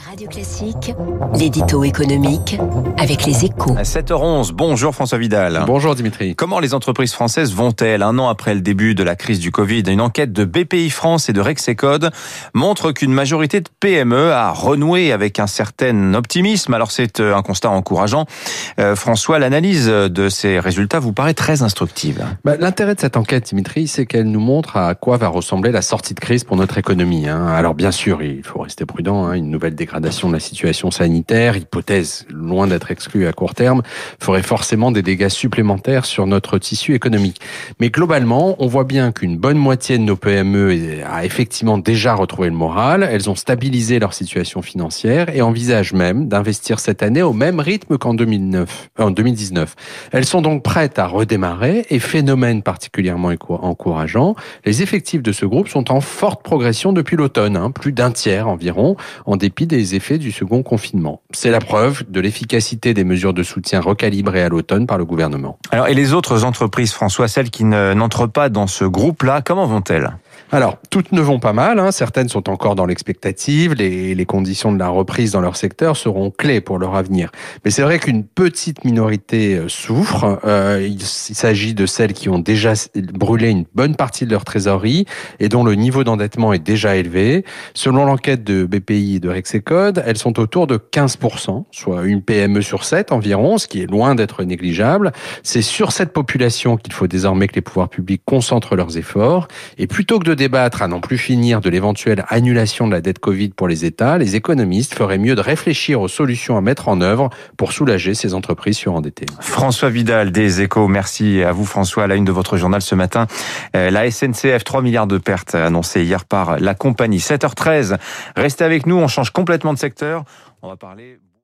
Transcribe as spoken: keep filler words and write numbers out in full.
Radio Classique, l'édito économique avec les Échos. À sept heures onze, bonjour François Vidal. Bonjour Dimitri. Comment les entreprises françaises vont-elles, un an après le début de la crise du Covid? Une enquête de B P I France et de Rexecode montre qu'une majorité de P M E a renoué avec un certain optimisme. Alors c'est un constat encourageant. Euh, François, l'analyse de ces résultats vous paraît très instructive. Bah, l'intérêt de cette enquête, Dimitri, c'est qu'elle nous montre à quoi va ressembler la sortie de crise pour notre économie. Hein. Alors bien sûr, il faut rester prudent. Hein. Une nouvelle dégradation de la situation sanitaire, hypothèse loin d'être exclue à court terme, ferait forcément des dégâts supplémentaires sur notre tissu économique. Mais globalement, on voit bien qu'une bonne moitié de nos P M E a effectivement déjà retrouvé le moral. Elles ont stabilisé leur situation financière et envisagent même d'investir cette année au même rythme qu'en deux mille neuf, euh, en deux mille dix-neuf. Elles sont donc prêtes à redémarrer et phénomène particulièrement encourageant, les effectifs de ce groupe sont en forte progression depuis l'automne, hein, plus d'un tiers environ, en dépit des effets du second confinement. C'est la preuve de l'efficacité des mesures de soutien recalibrées à l'automne par le gouvernement. Alors, et les autres entreprises, François, celles qui ne, n'entrent pas dans ce groupe-là, comment vont-elles ? Alors, toutes ne vont pas mal, hein. Certaines sont encore dans l'expectative, les, les conditions de la reprise dans leur secteur seront clés pour leur avenir. Mais c'est vrai qu'une petite minorité souffre, euh, il, il s'agit de celles qui ont déjà brûlé une bonne partie de leur trésorerie et dont le niveau d'endettement est déjà élevé. Selon l'enquête de B P I et de Rexecode, elles sont autour de quinze pour cent, soit une P M E sur sept environ, ce qui est loin d'être négligeable. C'est sur cette population qu'il faut désormais que les pouvoirs publics concentrent leurs efforts. Et plutôt que de débattre à n'en plus finir de l'éventuelle annulation de la dette Covid pour les États, les économistes feraient mieux de réfléchir aux solutions à mettre en œuvre pour soulager ces entreprises surendettées. François Vidal des Échos, merci à vous François. À la une de votre journal ce matin, la S N C F, trois milliards de pertes annoncées hier par la compagnie. sept heures treize, restez avec nous, on change complètement de secteur. On va parler...